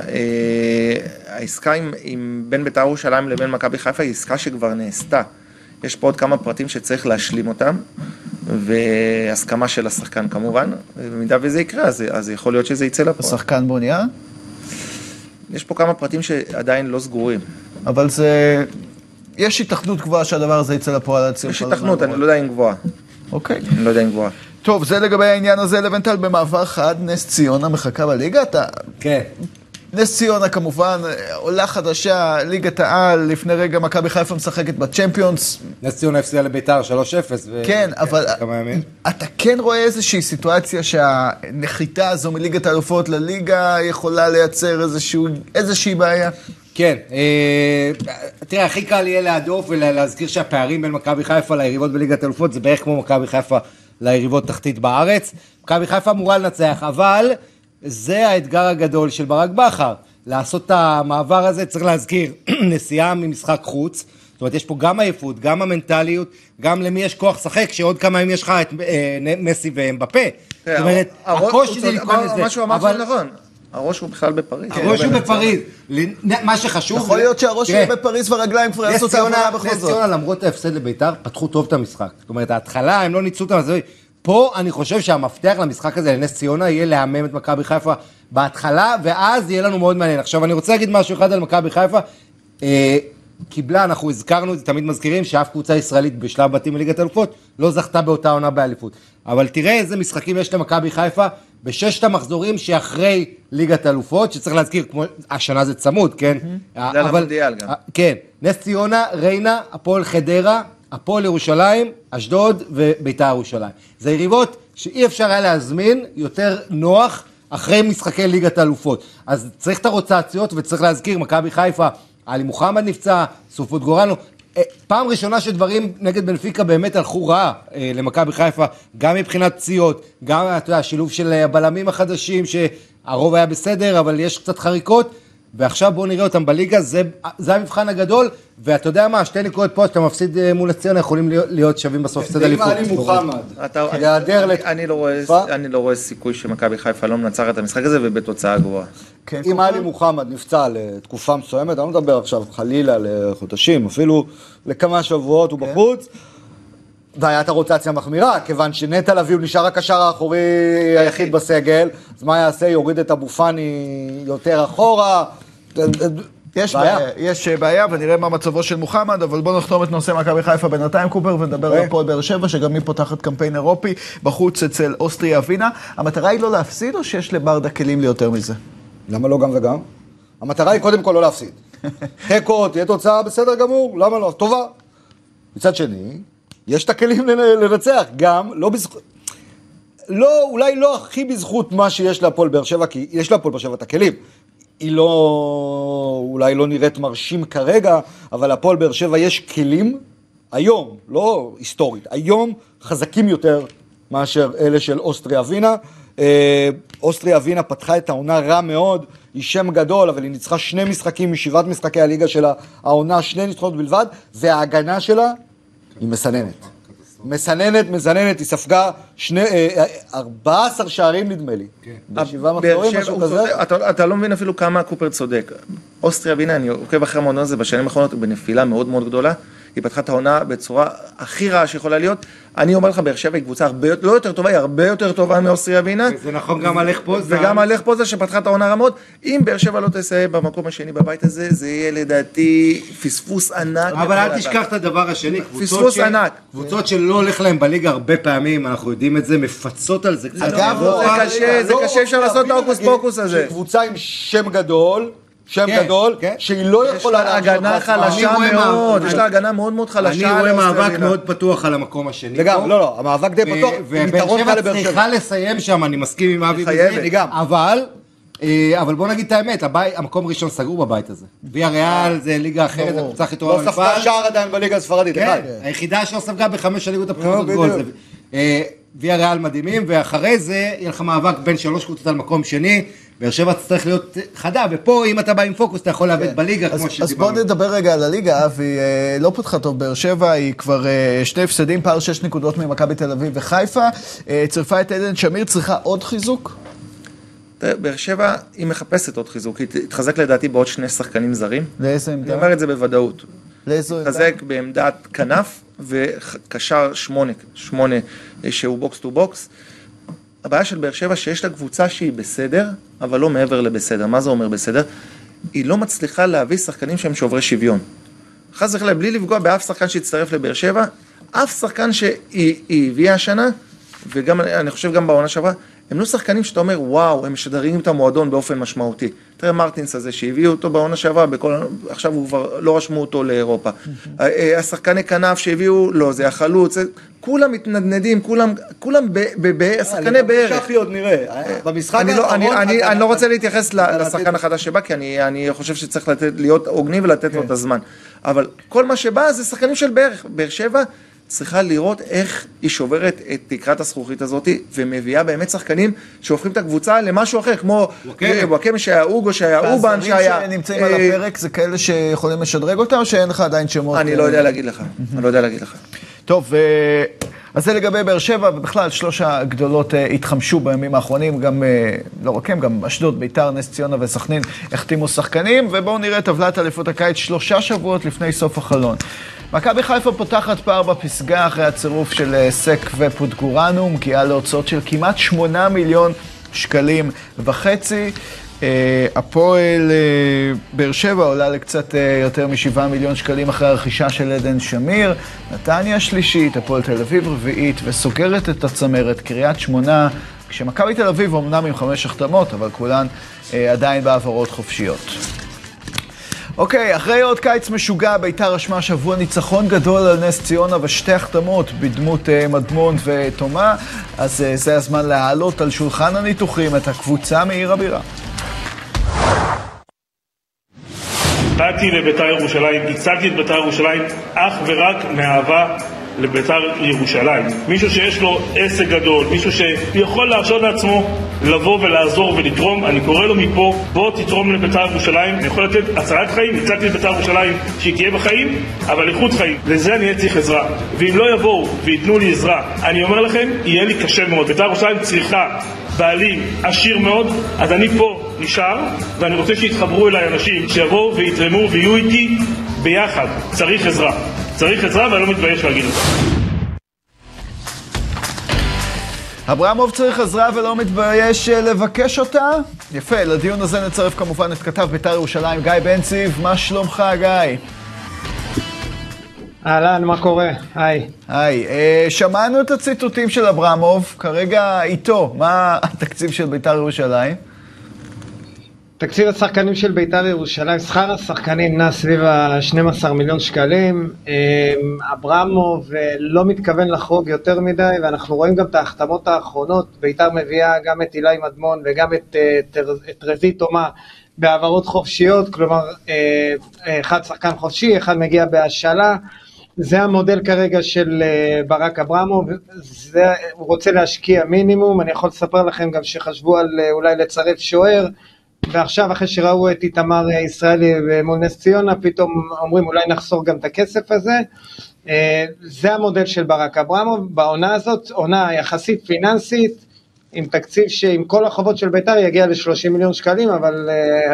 העסקה עם בין בית"ר ירושלים לבין מכבי חיפה היא עסקה שכבר נעשתה. יש פה עוד כמה פרטים שצריך להשלים אותם, והסכמה של השחקן כמובן, במידה וזה יקרה, אז יכול להיות שזה יצא לפועל. השחקן בוניה? יש פה כמה פרטים שעדיין לא סגורים. אבל זה... יש התכנות גבוהה שהדבר הזה יצא לפועל. יש התכנות, אני לא יודע אם גבוהה. אוקיי. אני לא יודע אם גבוהה. טוב, זה לגבי העניין הזה, לבנטל במעבר חד, נס ציונה מחכה בליגה, אתה... כן. נס ציונה כמובן, עולה חדשה, ליגת העל, לפני רגע מכבי חיפה משחקת בצ'מפיונס. נס ציונה הפסידה לבית"ר 3-0. כן, אבל אתה כן רואה איזושהי סיטואציה שהנחיתה הזו מליגת האלופות לליגה יכולה לייצר איזושהי בעיה? כן, תראה, הכי קל יהיה להדוף ולהזכיר שהפערים בין מכבי חיפה ליריבות בליגת האלופות זה בערך כמו מכבי חיפה ליריבות תחתית בארץ. מכבי חיפה אמורה לנצח, אבל זה האתגר הגדול של ברק בכר. לעשות את המעבר הזה, צריך להזכיר, נסיעה ממשחק חוץ, זאת אומרת, יש פה גם העייפות, גם המנטליות, גם למי יש כוח שחק, שעוד כמה ימים יש לך את מסי ואמבפה. זאת אומרת, הקושי זה לקרוא לזה. מה שהוא אמר שהוא נכון. הראש הוא בכלל בפריז. הראש הוא בפריז. מה שחשוב... יכול להיות שהראש הוא בפריז והרגליים כבר יעשו את העבודה בכל זאת. נס ציונה, למרות ההפסד לבית"ר, פתחו טוב את המשחק. זאת אומרת, ההתחלה, הם לא ניצלו את המשחק. פה אני חושב שהמפתח למשחק הזה לנס ציונה יהיה להמם את מכבי חיפה בהתחלה, ואז יהיה לנו מאוד מעניין. עכשיו, אני רוצה להגיד משהו אחד על מכבי חיפה. קיבלה, אנחנו הזכרנו, תמיד מזכירים שאף קבוצה ישראלית בשלב בתים מליגת האלופות לא זכתה באותה עונה באליפות. אבל תראה איזה משחקים יש למכבי חיפה בששת המחזורים שאחרי ליגת האלופות, שצריך להזכיר, כמו השנה זה צמוד, כן? זה על המונדיאל גם. כן, נס ציונה, ריינה, הפועל חדרה, הפועל ירושלים, אשדוד ובית"ר ירושלים. זה יריבות שאי אפשר היה להזמין יותר נוח אחרי משחקי ליגת האלופות. אז צריך את הרוטציות וצריך להזכיר, מכבי חיפה, עלי מוחמד נפצע, סופות גורנו, פעם ראשונה שדברים נגד בנפיקה באמת הלכו רע למכבי חיפה, גם מבחינת פציעות, גם השילוב של הבלמים החדשים, שהרוב היה בסדר, אבל יש קצת חריקות, ועכשיו בואו נראה אותם בליגה, זה המבחן הגדול, ואתה יודע מה, 2 נקודות פה שאתה מפסיד מול הציונה, יכולים להיות שווים בסוף סד אליפות. עלי מוחמד, אני לא רואה סיכוי שמכבי חיפה לא מנצחת את המשחק הזה ובתוצאה גבוהה. אם עלי מוחמד נפצע לתקופה מסוימת, אני לא מדבר עכשיו חלילה לחודשים, אפילו לכמה שבועות הוא בחוץ, והיה את הרוטציה מחמירה, כיוון שנטע לביא הוא נשאר הקשר האחורי היחיד בסגל, אז מה יעשה? יוריד את אבו פאני יותר אחורה, יש בעיה, ונראה מה מצבו של מוחמד, אבל בואו נחתום את נושא מכבי חיפה בינתיים, קופר, ונדבר על הפועל באר שבע, שגם היא פותחת קמפיין אירופי בחוץ אצל אוסטריה ווינה. המטרה היא לא להפסיד, או שיש לברדה כלים ליותר מזה? למה לא גם וגם? המטרה היא קודם כל לא להפסיד. תיקו, תהיה תוצאה בסדר גמור, למה לא? טובה. מצד שני, יש את הכלים לנצח, גם לא בזכות, לא, אולי לא הכי בזכות מה שיש להפועל באר שבע, כי יש להפועל באר שבע את הכלים. היא לא, אולי לא נראית מרשים כרגע, אבל להפועל באר שבע יש כלים היום, לא היסטורית, היום חזקים יותר מאשר אלה של אוסטריה ווינה. אוסטריה ווינה פתחה את העונה רע מאוד, היא שם גדול, אבל היא ניצחה 2 משחקים מ7 משחקי הליגה שלה, העונה 2 ניצחונות בלבד, וההגנה שלה היא מסננת, היא ספגה 14 שערים נדמה לי. בשבעה מחזורים, משהו כזה. אתה לא מבין אפילו כמה קופר צודק. אוסטריה ווינה, אני עוקב אחרי המועדון הזה בשנים האחרונות, בנפילה מאוד מאוד גדולה, היא פתחה את העונה בצורה הכי רעה שיכולה להיות. אני אומר לך, באר שבע היא קבוצה לא יותר טובה, היא הרבה יותר טובה מאוסטריה ווינה. זה נכון גם על לך פוזה. וגם על לך פוזה שפתחה את העונה רמות. אם באר שבע לא תסיים במקום השני בבית הזה, זה יהיה לדעתי פספוס ענק. אבל אל תשכח את הדבר השני. פספוס ענק. קבוצות שלא הולך להם בליגה הרבה פעמים, אנחנו יודעים את זה, מפצות על זה קצת. אגב, זה קשה, אפשר לעשות את האוקוס פוקוס הזה. קבוצה עם שם גדול, שהיא לא יכולה להגנה חלשה מאוד, יש לה הגנה מאוד מאוד חלשה. אני רואה מאבק מאוד פתוח על המקום השני. וגם, לא, המאבק די פתוח, ובאר שבע צריכה לסיים שם, אני מסכים עם אבי בזה, אבל בוא נגיד את האמת, המקום הראשון סגור בבית הזה. ויה ריאל זה ליגה אחרת, הקבוצה הכי טובה במפעל. לא ספגה שער עדיין בליגה הספרדית. כן, היחידה שלא ספגה ב5 הליגות הבחירות גול. ויה ריאל מדהימים, ואחרי זה יהיה לך מאבק בין 3 קבוצות על מקום שני, באר שבע צריך להיות חדה, ופה אם אתה בא עם פוקוס, אתה יכול לאבד בליגה, כמו שדיברנו. אז בואו נדבר רגע על הליגה, והיא לא פותחה טוב באר שבע, היא כבר 2 הפסדים, פער 6 נקודות ממכבי תל אביב וחיפה, צירפה את עדן שמיר, צריכה עוד חיזוק? באר שבע היא מחפשת עוד חיזוק, היא תתחזק לדעתי בעוד 2 שחקנים זרים. לאיזה עמדה? אני אומר את זה בוודאות. לאיזו עמדה? תתחזק בעמדת כנף וקשר 8 שהוא בוקס טו בוקס. הבעיה של באר שבע שיש לה קבוצה שהיא בסדר, אבל לא מעבר לבסדר. מה זה אומר בסדר? היא לא מצליחה להביא שחקנים שהם שוברי שוויון. חס וחלילה, בלי לפגוע באף שחקן שיצטרף לבאר שבע, אף שחקן שהיא הביאה השנה, וגם, אני חושב גם בעונה שעברה, הם לא שחקנים שאתה אומר, וואו, הם משדרים את המועדון באופן משמעותי. תראה מרטינס הזה שהביאו אותו בעונה שעברה, עכשיו הוא כבר לא רשמו אותו לאירופה. השחקני כנף שהביאו, לא, זה החלוץ, כולם מתנדנדים, כולם שחקני בערך. שחי עוד נראה. במשחק אני לא רוצה להתייחס לשחקן החדש שבא, כי אני חושב שצריך להיות עוגני ולתת לו את הזמן. אבל כל מה שבא זה שחקנים של בערך. באר שבע צריכה לראות איך היא שוברת את תקרת הזכוכית הזאת, ומביאה באמת שחקנים שהופכים את הקבוצה למשהו אחר, כמו וואקמה שהיה אוגו, שהיה אובן, שהיה... והזרים שנמצאים על הפרק, זה כאלה שיכולים לשדרג אותם, או שאין לך עדיין שמות? אני לא יודע להגיד לך. טוב, אז זה לגבי באר שבע, ובכלל 3 הגדולות התחמשו בימים האחרונים, גם, לא רק הם, גם אשדוד, ביתר, נס ציונה וסכנין החתימו שחקנים, ובואו נראה טבלת אליפות הקיץ 3 שבועות לפני סוף החלון. מכבי חיפה פותחת פער בפסגה אחרי הצירוף של סק ופוטגורנו, מגיעה להוצאות של כמעט 8 מיליון שקלים וחצי. הפועל באר שבע עולה לקצת יותר מ7 מיליון שקלים אחרי הרכישה של עדן שמיר. נתניה שלישית, הפועל תל אביב רביעית, וסוגרת את הצמרת, קריית שמונה כשמכבי תל אביב אומנם עם 5 החתמות, אבל כולן עדיין בעברות חופשיות. אוקיי, אחרי עוד קיץ משוגע, בית"ר רשמה שבוע ניצחון גדול על נס ציונה ושתי החתמות בדמות מדמון ותומה, אז זה הזמן להעלות על שולחן הניתוחים את הקבוצה מעיר הבירה. באתי לבית"ר ירושלים, הצגתי את בית"ר ירושלים אך ורק מאהבה לבית"ר ירושלים. מישהו שיש לו עסק גדול, מישהו שיכול להרשות לעצמו לבוא ולעזור ולתרום, אני קורא לו מפה, בוא תתרום לבית"ר ירושלים. אני יכול לתת הצלת חיים, הצגתי את בית"ר ירושלים שהיא תהיה בחיים, אבל איכות חיים. לזה אני צריך עזרה. ואם לא יבואו ויתנו לי עזרה, אני אומר לכם, יהיה לי קשה מאוד. בית"ר ירושלים צריכה בעלים עשיר מאוד, אז אני פה נשאר, ואני רוצה שיתחברו אליי אנשים שיבואו ויתרמו ויהיו איתי ביחד. צריך עזרה. צריך עזרה ואני לא מתבייש להגיד אותה. אברמוב צריך עזרה ולא מתבייש לבקש אותה? יפה, לדיון הזה נצרף כמובן את כתב בית"ר ירושלים גיא בן ציב. מה שלומך גיא? אהלן, מה קורה? היי. היי, שמענו את הציטוטים של אברמוב, כרגע איתו, מה התקציב של בית"ר ירושלים? תקציב השחקנים של בית"ר ירושלים, שכר השחקנים נע סביב ה-12 מיליון שקלים. אברמוב לא מתכוון לחרוג יותר מדי, ואנחנו רואים גם את ההחתמות האחרונות. בית"ר מביאה גם את אילי מדמון וגם את רזי תומה בעברות חופשיות, כלומר אחד שחקן חופשי, אחד מגיע בהשאלה. זה המודל כרגע של ברק אברמוב, הוא רוצה להשקיע מינימום. אני יכול לספר לכם גם שחשבו על אולי לצרף שוער, ועכשיו אחרי שראו את איתמר ישראלי מול נס ציונה, פתאום אומרים אולי נחסור גם את הכסף הזה. זה המודל של ברק אברמוב. בעונה הזאת, עונה יחסית פיננסית, עם תקציב שעם כל החובות של בית"ר יגיע ל-30 מיליון שקלים, אבל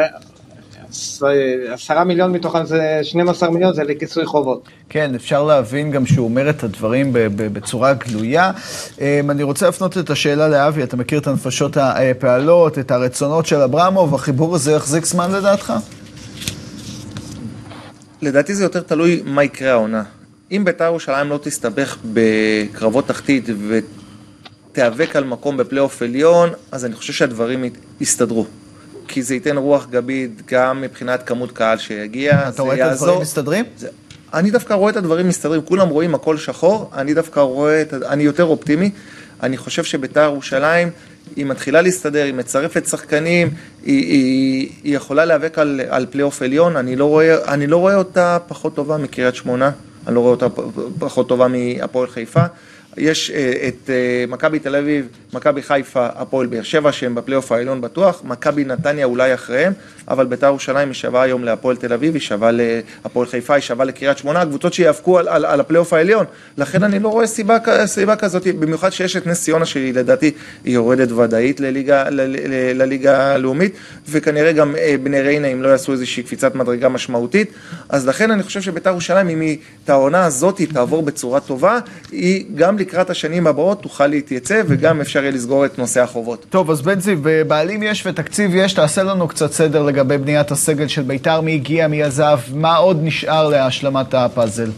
10 מיליון מתוכם זה 12 מיליון, זה לכיסוי חובות. כן, אפשר להבין גם שהוא אומר את הדברים בצורה גלויה. אני רוצה להפנות את השאלה לאבי, אתה מכיר את הנפשות הפעלות, את הרצונות של אברמוב, החיבור הזה יחזיק זמן לדעתך? לדעתי זה יותר תלוי מה יקרה העונה. אם בית"ר ירושלים לא תסתבך בקרבות תחתית ותיאבק על מקום בפלייאוף עליון, אז אני חושב שהדברים יסתדרו. כי זה ייתן רוח גבית גם מבחינת כמות קהל שיגיע. אתה רואה את הדברים מסתדרים? אני דווקא רואה את הדברים מסתדרים, כולם רואים הכל שחור, אני דווקא רואה, אני יותר אופטימי. אני חושב שבית"ר ירושלים היא מתחילה להסתדר, היא מצרפת שחקנים, היא יכולה להיאבק על פלייאוף עליון. אני לא רואה אותה פחות טובה מקריית שמונה, אני לא רואה אותה פחות טובה מהפועל חיפה. יש את מכבי תל אביב, מכבי חיפה, הפועל באר שבע שהם בפלייאוף העליון בטוח, מכבי נתניה אולי אחריהם, אבל בית"ר ירושלים היא שווה היום להפועל תל אביב, היא שווה להפועל חיפה, היא שווה לקריית שמונה, הקבוצות שיאבקו על הפלייאוף העליון. לכן אני לא רואה סיבה כזאת, במיוחד שיש את נס ציונה שהיא לדעתי היא יורדת ודאית לליגה הלאומית, וכנראה גם בני ריינה אם לא יעשו איזושהי קפיצת מדרגה משמעותית. אז לכן אני חושב שבית"ר ירושלים אם את העונה הזאת היא תעבור בצורה טובה, היא גם לקראת השנים הבאות תוכל להתייצב וגם אפשר יהיה לסגור את נושא החובות. טוב, אז בן ציב, בעלים יש ותקציב יש, תעשה לנו קצת סדר לגבי בניית הסגל של בית"ר, מי הגיע, מי עזב, מה עוד נשאר להשלמת הפאזל?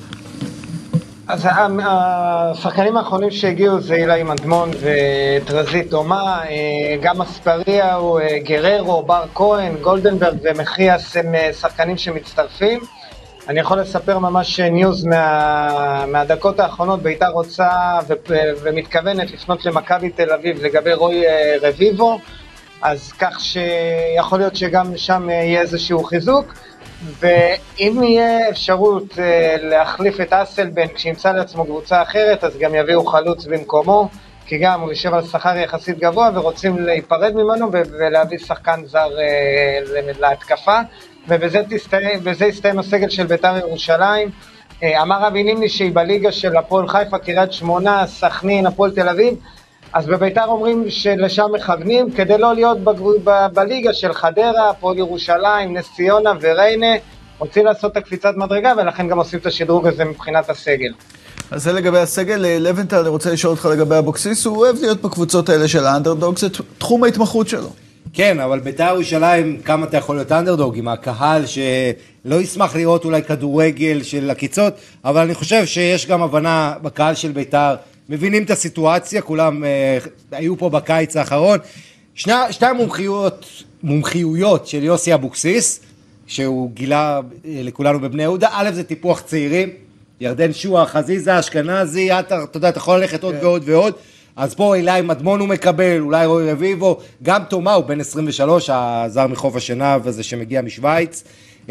אז השחקנים האחרונים שהגיעו זה אילי מדמון וטרזי תומה, גם אספריה, גררו, בר כהן, גולדנברג ומחיאס הם שחקנים שמצטרפים. אני יכול לספר ממש ניוז מהדקות האחרונות. בית"ר רוצה ומתכוונת לפנות למכבי תל אביב לגבי רוי רביבו, אז כך שיכול להיות שגם שם יהיה איזשהו חיזוק, ואם יהיה אפשרות להחליף את אסלבן כשימצא לעצמו קבוצה אחרת, אז גם יביאו חלוץ במקומו, כי גם הוא יושב על שכר יחסית גבוה ורוצים להיפרד ממנו ולהביא שחקן זר להתקפה, ובזה יסתיים הסגל של בית"ר ירושלים. אמר אבי נימני שהיא בליגה של הפועל חיפה, קריית שמונה, סכנין, הפועל תל אביב, אז בבית"ר אומרים שלשם מכוונים כדי לא להיות בליגה של חדרה, הפועל ירושלים, נס ציונה וריינה. רוצים לעשות את הקפיצת מדרגה ולכן גם עושים את השדרוג הזה מבחינת הסגל. אז זה לגבי הסגל. לבנטל, אני רוצה לשאול אותך לגבי אבוקסיס, הוא אוהב להיות בקבוצות האלה של האנדרדוג, זה תחום ההתמחות שלו. כן, אבל בית"ר ירושלים, כמה אתה יכול להיות אנדרדוג עם הקהל שלא ישמח לראות אולי כדורגל של הקיצות, אבל אני חושב שיש גם הבנה בקהל של בית"ר מבינים את הסיטואציה, כולם היו פה בקיץ האחרון. שתי מומחיויות של יוסי אבוקסיס, שהוא גילה לכולנו בבני יהודה, א' זה טיפוח צעירים, ירדן שועה, חזיזה, אשכנזי, אתה יודע, אתה יכול ללכת עוד ועוד ועוד, אז פה אלי מדמון הוא מקבל, אולי רוי רביבו, גם תומה, הוא בן 23, הזר מחוף השנהב הזה שמגיע משוויץ,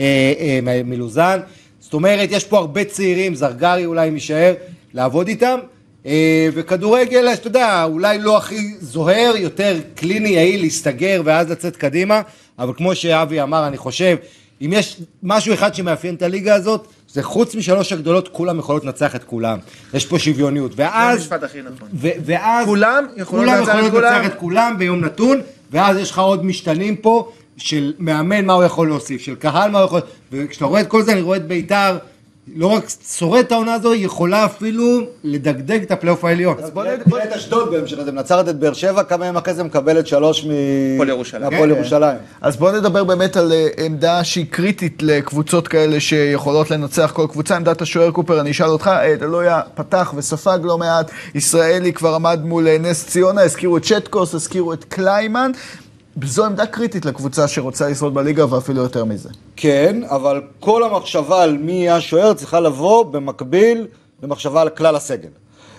מלוזן, זאת אומרת, יש פה הרבה צעירים, זרגרי אולי משאר, לעבוד איתם, וכדורגל, אתה יודע, אולי לא הכי זוהר, יותר קליני, יעיל, להסתגר ואז לצאת קדימה, אבל כמו שאבי אמר, אני חושב, אם יש משהו אחד שמאפיין את הליגה הזאת, זה חוץ משלוש הגדולות, כולם יכולות לנצח את כולם. יש פה שוויוניות. ואז... זה המשפט הכי נכון. ואז... כולם יכולות לנצח את כולם ביום נתון, ואז יש לך עוד משתנים פה, של מאמן מה הוא יכול להוסיף, של קהל מה הוא יכול... וכשאתה רואה את כל זה, אני רואה את בית"ר, לא רק שורד את העונה הזו, היא יכולה אפילו לדגדג את הפלייאוף העליון. אז בוא נראה את אשדוד בהמשך, אתם מנצחת את באר שבע, כמה ימים אחרי זה מקבלת 3 מהפועל ירושלים. אז בוא נדבר באמת על עמדה שהיא קריטית לקבוצות כאלה שיכולות לנצח כל קבוצה. עמדת השוער קופר, אני אשאל אותך, אלויה פתח וספג לא מעט, ישראלי כבר עמד מול נס ציונה, הזכירו את שטקוס, הזכירו את קליימן, זו עמדה קריטית לקבוצה שרוצה לשרוד בליגה ואפילו יותר מזה. כן, אבל כל המחשבה על מי השוער צריכה לבוא במקביל למחשבה על כלל הסגל.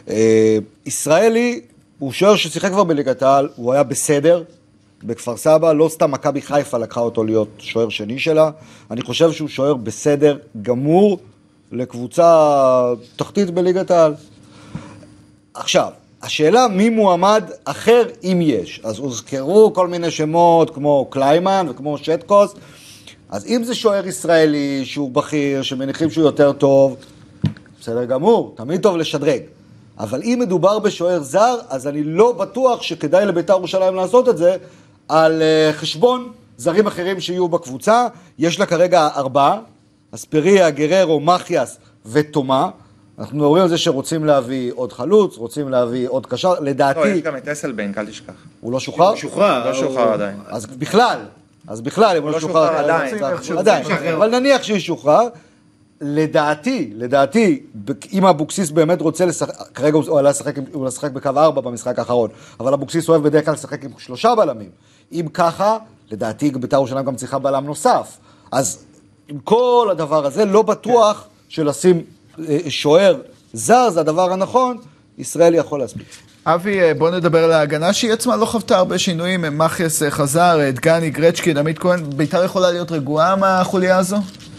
ישראלי הוא שוער ששיחק כבר בליגת העל, הוא היה בסדר בכפר סבא, לא סתם מכבי חיפה לקחה אותו להיות שוער שני שלה, אני חושב שהוא שוער בסדר גמור לקבוצה תחתית בליגת העל. עכשיו, השאלה מי מועמד אחר אם יש. אז הוזכרו כל מיני שמות כמו קליימן וכמו שטקוס. אז אם זה שוער ישראלי שהוא בכיר, שמניחים שהוא יותר טוב, בסדר גמור, תמיד טוב לשדרג. אבל אם מדובר בשוער זר, אז אני לא בטוח שכדאי לבית"ר ירושלים לעשות את זה על חשבון זרים אחרים שיהיו בקבוצה. יש לה כרגע 4, אספריה, גררו, מחיאס ותומה. אנחנו מדברים על זה שרוצים להביא עוד חלוץ, רוצים להביא עוד קשר, לדעתי... לא, יש גם את אסלבנק, אל תשכח. הוא לא שוחרר? לא שוחרר עדיין. אז בכלל, אם הוא לא שוחרר עדיין. אבל נניח שהוא שוחרר, לדעתי, אם אבוקסיס באמת רוצה לשחק, כרגע הוא עלה לשחק בקו 4 במשחק האחרון, אבל אבוקסיס אוהב בדרך כלל לשחק עם 3 בלמים. אם ככה, לדעתי בית"ר ירושלים גם צריכה בלם נוסף. אז עם כל הדבר הזה, לא בטוח שלשים שוער זר זה הדבר הנכון, ישראלי יכול להספיק. אבי, בוא נדבר על ההגנה שהיא עצמה לא חוותה הרבה שינויים, מחיאס חזר, דגני, גרצ'קין, עמית כהן, בית"ר יכולה להיות רגועה מהחוליה הזו?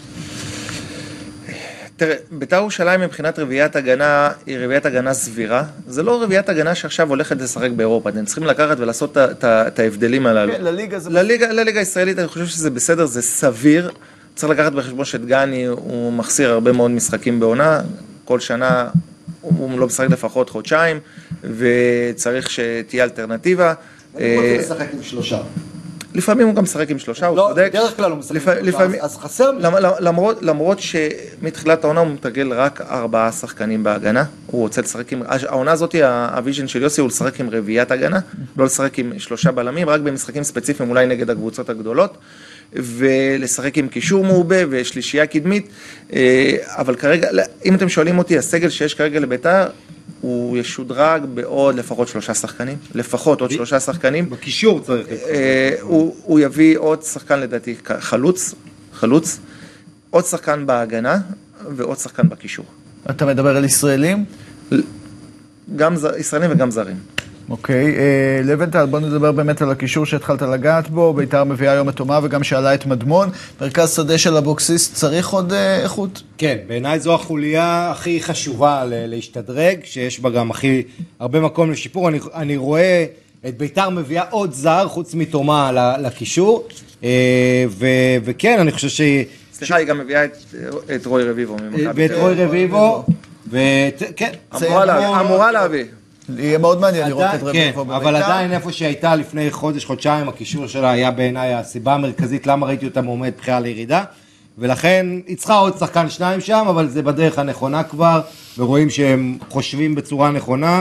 תראה, בית"ר ירושלים מבחינת רביעיית הגנה, היא רביעיית הגנה סבירה. זה לא רביעיית הגנה שעכשיו הולכת לשחק באירופה. אתם צריכים לקחת ולעשות את ההבדלים הללו. כן, לליגה זה... לליגה הישראלית אני חושב שזה בסדר, זה סביר. צריך לקחת בחשבון שדגני הוא מחסיר הרבה מאוד משחקים בעונה. כל שנה הוא לא משחק לפחות חודשיים, וצריך שתהיה אלטרנטיבה. אני רוצה לשחק עם 3. לפעמים הוא גם משחק עם 3, הוא צודק. לא, בדרך כלל הוא משחק עם 3, אז חסר... למרות שמתחילת העונה הוא מתרגל רק 4 שחקנים בהגנה, הוא רוצה לשחק עם... העונה הזאת, הוויז'ן של יוסי הוא לשחק עם רביעיית הגנה, לא לשחק עם 3 בלמים, רק במשחקים ספציפיים, אולי נגד הקבוצות הגדולות, ולשחק עם קישור מעובה ושלישייה קדמית, אבל כרגע, אם אתם שואלים אותי, הסגל שיש כרגע לבית"ר, הוא ישודרג בעוד לפחות 3 שחקנים, לפחות עוד 3 שחקנים. בקישור צריך. הוא יביא עוד שחקן לדעתי, חלוץ, עוד שחקן בהגנה ועוד שחקן בקישור. אתה מדבר על ישראלים? גם ישראלים וגם זרים. אוקיי, לבנטל, בוא נדבר באמת על הקישור שהתחלת לגעת בו, בית"ר מביאה היום את תומה וגם שאלה את מדמון, מרכז שדה של אבוקסיס צריך עוד איכות? כן, בעיניי זו החוליה הכי חשובה להשתדרג, שיש בה גם הכי הרבה מקום לשיפור, אני רואה את בית"ר מביאה עוד זר חוץ מתומה לקישור, וכן, אני חושב שהיא... סליחה, היא גם מביאה את רוי רביבו. ואת רוי רביבו, וכן. אמורה להביא. יהיה מאוד מעניין לראות את רביבו בבית"ר. אבל עדיין איפה שהייתה לפני חודש-חודשיים, הקישור שלה היה בעיניי הסיבה המרכזית למה ראיתי אותה מועמדת בחירה לירידה, ולכן היא צריכה עוד שחקן 2 שם, אבל זה בדרך הנכונה כבר, ורואים שהם חושבים בצורה נכונה.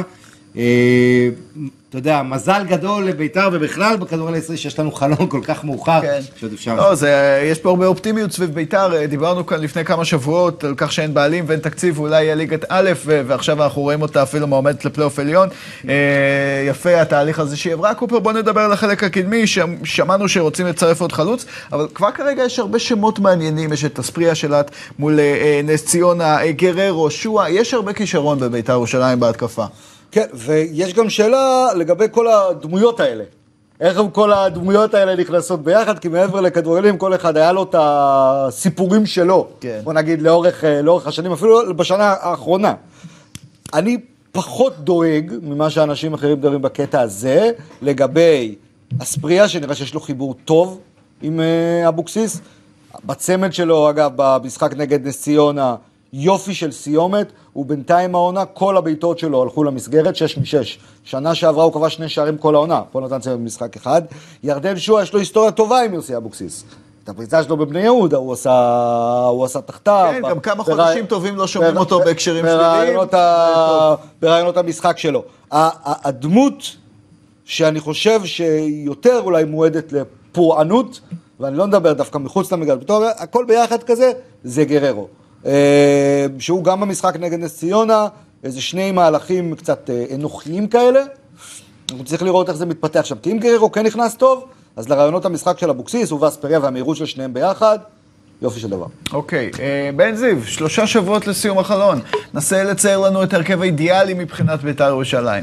אתה יודע, מזל גדול לביתר ובכלל בכדורגל הישראלי שיש לנו חלון כל כך מאוחר. כן. שעוד אפשר. לא, יש פה הרבה אופטימיות סביב ביתר, דיברנו כאן לפני כמה שבועות על כך שאין בעלים ואין תקציב, אולי יהיה ליגת א', ועכשיו אנחנו רואים אותה אפילו מעומדת לפלייאוף עליון. יפה התהליך הזה שהיא עברה. קופר, בוא נדבר על החלק הקדמי, שמענו שרוצים לצרף עוד חלוץ, אבל כבר כרגע יש הרבה שמות מעניינים, יש את אספריה שלט מול נס ציונה, גררו, שואה, יש הרבה כישרון בביתר ירושלים בהתקפה. כן, ויש גם שאלה לגבי כל הדמויות האלה. איך כל הדמויות האלה נכנסות ביחד, כי מעבר לכדורגלים, כל אחד היה לו את הסיפורים שלו. כן. בוא נגיד לאורך השנים, אפילו בשנה האחרונה. אני פחות דואג ממה שאנשים אחרים מדברים בקטע הזה, לגבי אספריה, שנראה שיש לו חיבור טוב עם אבוקסיס. בצמד שלו, אגב, במשחק נגד נס ציונה, יופי של סיומת, ובינתיים העונה, כל הביתות שלו הלכו למסגרת, 6 מ-6. שנה שעברה הוא קבע 2 שערים כל העונה, פה נתן צמד במשחק אחד. ירדן שואה, יש לו היסטוריה טובה עם יוסי אבוקסיס. את הפריצה שלו בבני יהודה, הוא עשה תחתיו. כן, גם כמה חודשים טובים לא שומעים אותו בהקשרים שליליים. ברעיונות המשחק שלו. הדמות שאני חושב שיותר אולי מועדת לפורענות, ואני לא מדבר דווקא מחוץ למגרש, הכל ביחד כזה, זה גררו. שהוא גם במשחק נגד נס ציונה, איזה 2 מהלכים קצת אנוכיים כאלה, אנחנו צריך לראות איך זה מתפתח שם, כי אם גררו כן נכנס טוב, אז לרעיונות המשחק של אבוקסיס, הוא ואספריה והמהירות של שניהם ביחד, יופי של דבר. אוקיי, בן זיו, 3 שבועות לסיום החלון, נסה לצייר לנו את הרכב האידיאלי מבחינת בית"ר ירושלים.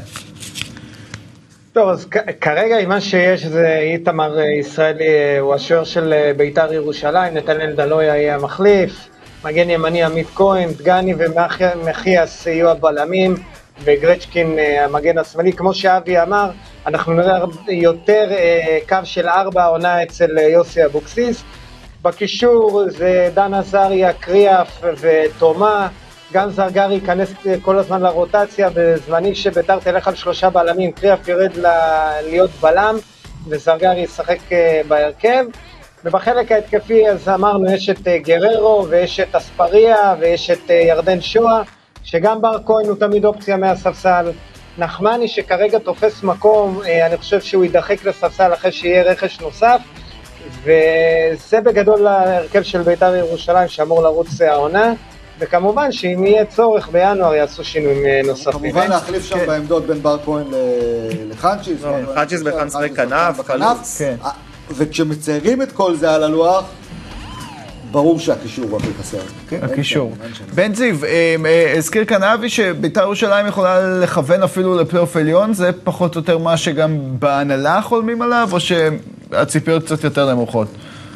טוב, אז כרגע מה שיש זה איתמר ישראלי, הוא השוער של בית"ר ירושלים, נתנאל דלויה יהיה המחליף, מגן ימני עמית כהן, דגני ומחיאס יהיו הבלמים, וגרצ'קין המגן השמאלי. כמו שאבי אמר, אנחנו נראה יותר קו של 4 עונה אצל יוסי אבוקסיס. בקישור זה דן עזריה, קריאף ותומה. גם זרגרי ייכנס כל הזמן לרוטציה, בזמנים שבית"ר תלך על 3 בלמים, קריאף ירד להיות בלם, וזרגרי ישחק בהרכב. ובחלק ההתקפי, אז אמרנו, יש את גררו, ויש את אספריה, ויש את ירדן שואה, שגם בר כהן הוא תמיד אופציה מהספסל. נחמני שכרגע תופס מקום, אני חושב שהוא ידחק לספסל אחרי שיהיה רכש נוסף, וזה בגדול ההרכב של בית"ר ירושלים שאמור לרוץ העונה, וכמובן שאם יהיה צורך בינואר יעשו שינויים נוספים. כמובן להחליף שם בעמדות בין בר כהן לחנצ'יס. חנצ'יס בחנסרי כנף. וכשמציירים את כל זה על הלוח, ברור שהקישור הוא הכי חסר. הקישור. בן זיו, הזכיר כאן אבי שבית"ר ירושלים יכולה לכוון אפילו לפלייאוף עליון, זה פחות או יותר מה שגם בהנהלה חולמים עליו, או שהציפיות קצת יותר נמוכות?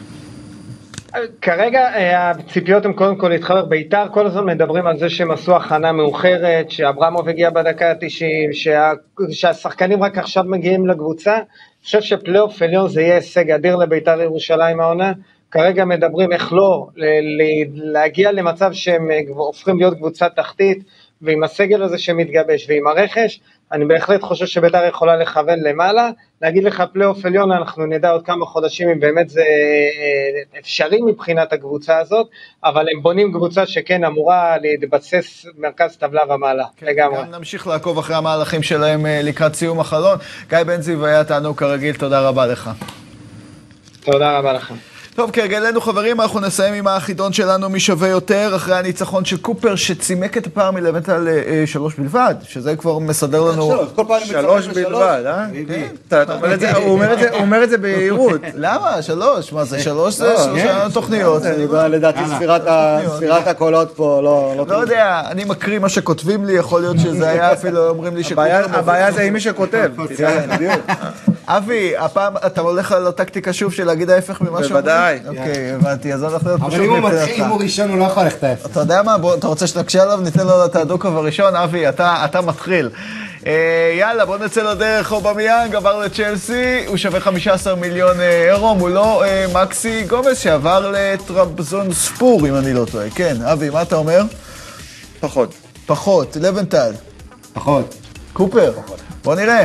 כרגע הציפיות הן קודם כל להתחבר. בית"ר כל הזמן מדברים על זה שהם עשו הכנה מאוחרת, שאברמוב הגיע בדקה ה-90, שהשחקנים רק עכשיו מגיעים לקבוצה. אני חושב שפלייאוף עליון זה יהיה הישג אדיר לבית"ר ירושלים העונה. כרגע מדברים איך לא להגיע למצב שהם הופכים להיות קבוצה תחתית, ועם הסגל הזה שמתגבש ועם הרכש, אני בהחלט חושב שבית"ר יכולה לכוון למעלה. להגיד לך פלייאוף עליון, אנחנו נדע עוד כמה חודשים אם באמת זה אפשרי מבחינת הקבוצה הזאת, אבל הם בונים קבוצה שכן אמורה להתבסס מרכז טבלה ומעלה, לגמרי. גם נמשיך לעקוב אחרי המהלכים שלהם לקראת סיום החלון. גיא בן זיו, היה תענוג כרגיל, תודה רבה לך. תודה רבה לכם. טוב, כרגלנו חברים, אנחנו נסיים עם החידון שלנו מי שווה יותר, אחרי הניצחון של קופר שצימק את הפער מלבטל 3 בלבד, שזה כבר מסדר לנו... 3 בלבד, אה? הוא אומר את זה בהירות. למה? 3? מה זה? 3 זה 3 תוכניות. לדעתי ספירת הקולות פה לא יודע, אני מקריא מה שכותבים לי, יכול להיות שזה היה אפילו אומרים לי שקופר... הבעיה זה עם מי שכותב. אבי, הפעם אתה הולך על הטקטיקה שוב של להגיד ההפך ממה שאומרים? בוודאי. אוקיי, הבנתי, אז אנחנו פשוט... אבל אם הוא מתחיל, אם הוא ראשון, הוא לא יכול ללכת ההפך. אתה יודע מה? אתה רוצה שנקשה עליו? ניתן לו את הדוקו הראשון. אבי, אתה מתחיל. יאללה, בוא נצא לדרך. אובמיאנג עבר לצ'לסי, הוא שווה 15 מיליון אירו, מולו מקסי גומס שעבר לטרבזון ספור, אם אני לא טועה. כן, אבי, מה אתה אומר? פחות, לבנטל. פחות. קופר, בוא נראה.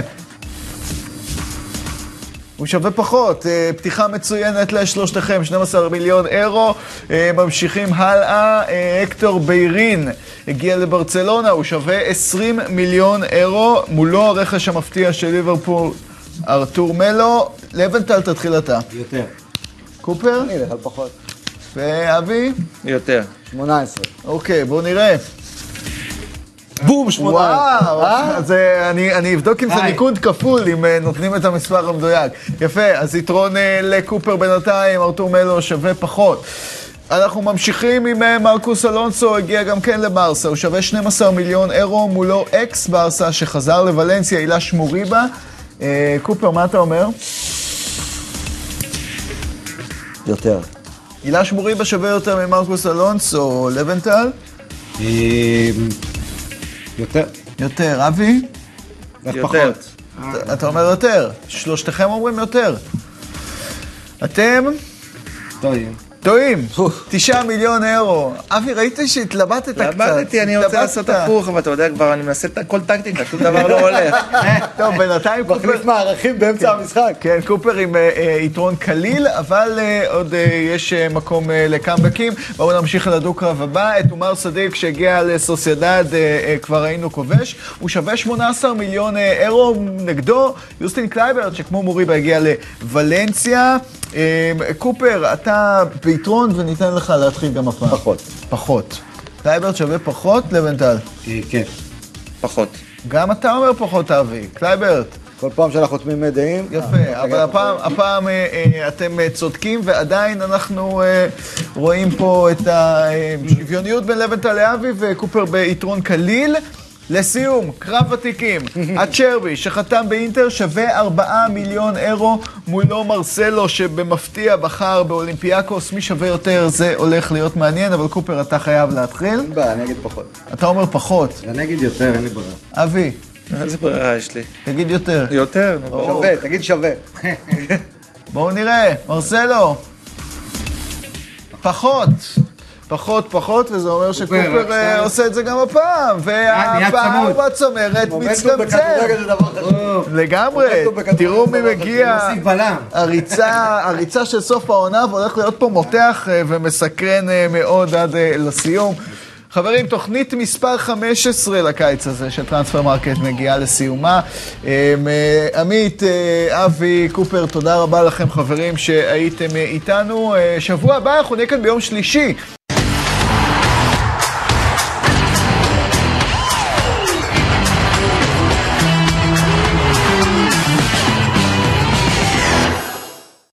הוא שווה פחות, פתיחה מצוינת לשלושתכם, 12 מיליון אירו, ממשיכים הלאה, אקטור ביירין, הגיע לברצלונה, הוא שווה 20 מיליון אירו, מולו הרכש המפתיע של ליברפול, ארתור מלו. לבנטל, תתחיל אתה. יותר. קופר? אני אלך על פחות. ואבי? יותר. 18. אוקיי, בואו נראה. בום, 18. וואו, אז אני אבדוק אם זה ניקוד כפול, אם נותנים את המספר המדויק. יפה, אז יתרון לקופר בינתיים, ארתור מלו שווה פחות. אנחנו ממשיכים עם מרקוס אלונסו, הגיע גם כן לברסה, הוא שווה 12 מיליון אירו, מולו אקס ברסה שחזר לוולנסיה, הילה שמוריבה. קופר, מה אתה אומר? יותר. הילה שמוריבה שווה יותר ממרקוס אלונסו, לבנטל? יותר. יותר, אבי? יותר. אתה אומר יותר, שלושתכם אומרים יותר. אתם? טועים. 9 מיליון אירו. אבי, ראיתי שהתלבטת קצת. למדתי, אני רוצה לעשות הפוך, אבל אתה יודע כבר, אני מנסה את כל טקטיקה, שום דבר לא הולך. טוב, בינתיים קופר... מחליף מערכים באמצע המשחק. כן, קופר עם יתרון קליל, אבל עוד יש מקום לקאמבקים. בואו נמשיך לדו-קרב הבא. את עומר סדיק שהגיע לסוסיידד, כבר ראינו כובש. הוא שווה 18 מיליון אירו נגדו. יוסטין קלייברט, שכמו מוריבה הגיע לוולנסיה. קופר, אתה ביתרון וניתן לך להתחיל גם הפעם. פחות. קלייברט שווה פחות, לבנטל? כן. פחות. גם אתה אומר פחות, אבי. קלייברט? כל פעם שאנחנו תמימי דעים. יפה, אבל הפעם אתם צודקים, ועדיין אנחנו רואים פה את השוויוניות בין לבנטל לאבי, וקופר ביתרון קליל. לסיום, קרב ותיקים, הצ'רבי שחתם באינטר שווה 4 מיליון אירו, מולו מרסלו שבמפתיע בחר באולימפיאקוס. מי שווה יותר? זה הולך להיות מעניין, אבל קופר, אתה חייב להתחיל. אין בעיה, אני אגיד פחות. אתה אומר פחות. אני אגיד יותר, אין לי ברירה. אבי, איזה ברירה יש לי? תגיד יותר. יותר. שווה, תגיד שווה. בואו נראה, מרסלו. פחות, וזה אומר שקופר עושה את זה גם הפעם, והפעם בצמרת מצטמצם. בכדורגל זה דבר חשוב. לגמרי, תראו מי מגיע. נוסיף בלם. הריצה של סוף העונה, והולך להיות פה מותח ומסקרן מאוד עד לסיום. חברים, תוכנית מספר 15 לקיץ הזה של טרנספר מרקט מגיעה לסיומה. עמית, אבי, קופר, תודה רבה לכם חברים שהייתם איתנו. שבוע הבא אנחנו נהיה כאן ביום שלישי.